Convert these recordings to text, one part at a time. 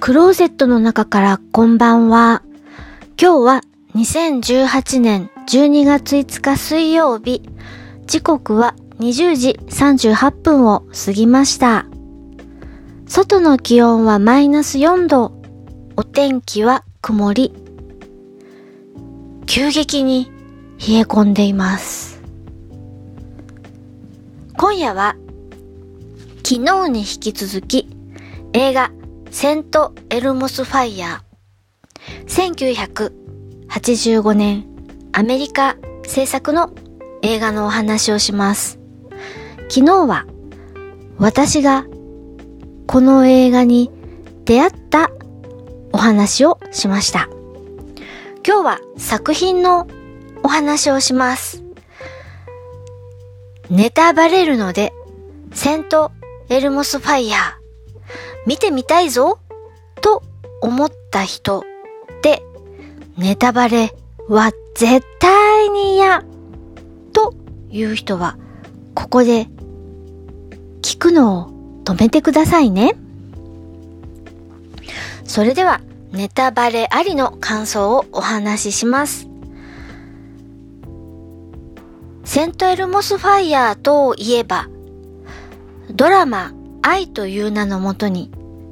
クローゼットの中からこんばんは。今日は2018年12月5日水曜日。時刻は20時38分を過ぎました。外の気温はマイナス4度。お天気は曇り。急激に冷え込んでいます。今夜は昨日に引き続き映画セント・エルモス・ファイヤー1985年アメリカ制作の映画のお話をします。昨日は私がこの映画に出会ったお話をしました。今日は作品のお話をします。ネタバレるのでセント・エルモス・ファイヤー見てみたいぞと思った人で、ネタバレは絶対に嫌という人はここで聞くのを止めてくださいね。それではネタバレありの感想をお話しします。セント・エルモス・ファイヤーといえばドラマ愛という名のもとに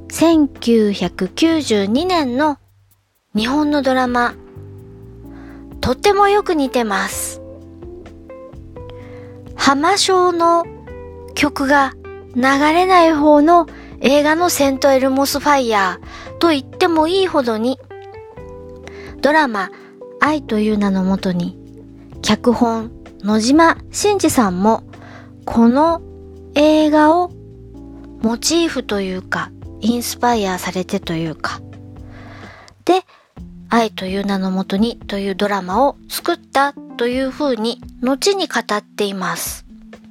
1992年の日本のドラマとってもよく似てます。浜章の曲が流れない方の映画のセント・エルモス・ファイヤーと言ってもいいほどにドラマ愛という名のもとに脚本野島伸司さんもこの映画をモチーフというかインスパイアされてというかで愛という名のもとにというドラマを作ったというふうに後に語っています。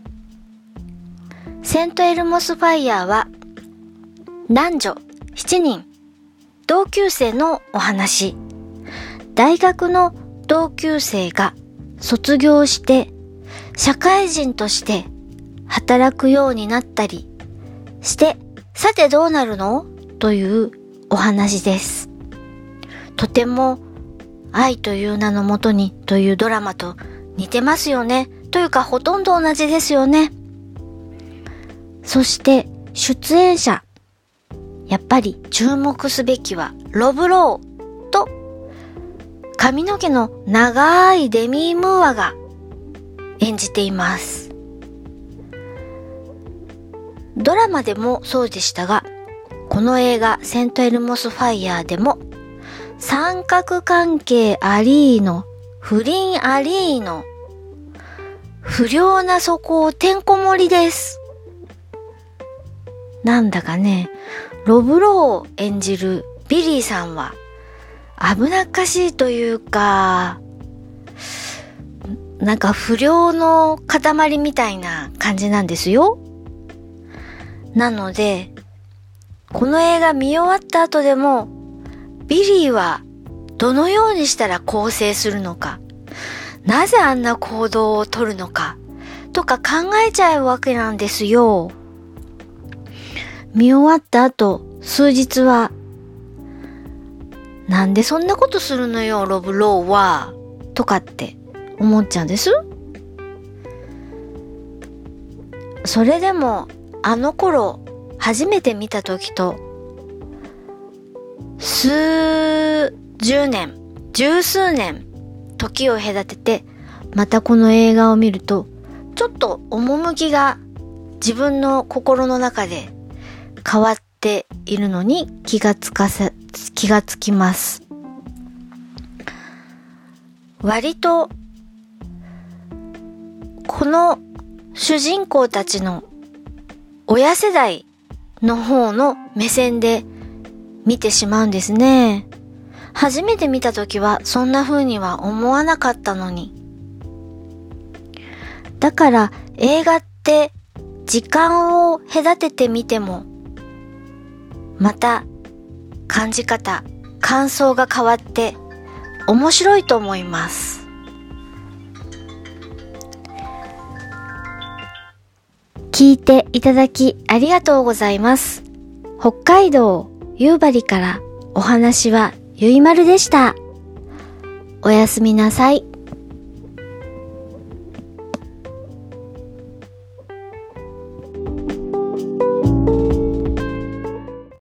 セント・エルモス・ファイヤーは男女7人同級生のお話。大学の同級生が卒業して社会人として働くようになったりしてさてどうなるのというお話です。とても愛という名のもとにというドラマと似てますよね。というかほとんど同じですよね。そして出演者。やっぱり注目すべきはロブ・ローと髪の毛の長いデミー・ムーアが演じています。ドラマでもそうでしたが、この映画セント・エルモス・ファイヤーでも三角関係ありーの、不倫ありーの、不良なそこをてんこ盛りです。なんだかね、ロブ・ロー演じるビリーさんは危なっかしいというか、なんか不良の塊みたいな感じなんですよ。なので、この映画見終わった後でも、ビリーはどのようにしたら更生するのか、なぜあんな行動をとるのか、とか考えちゃうわけなんですよ。見終わった後、数日は、なんでそんなことするのよ、ロブ・ローは、とかって思っちゃうんです。それでも、あの頃初めて見た時と十数年時を隔ててまたこの映画を見るとちょっと趣が自分の心の中で変わっているのに気がつきます。割とこの主人公たちの親世代の方の目線で見てしまうんですね。初めて見た時はそんな風には思わなかったのに。だから映画って時間を隔てて見てもまた感じ方、感想が変わって面白いと思います。聞いていただきありがとうございます。北海道夕張からお話はゆいまるでした。おやすみなさい。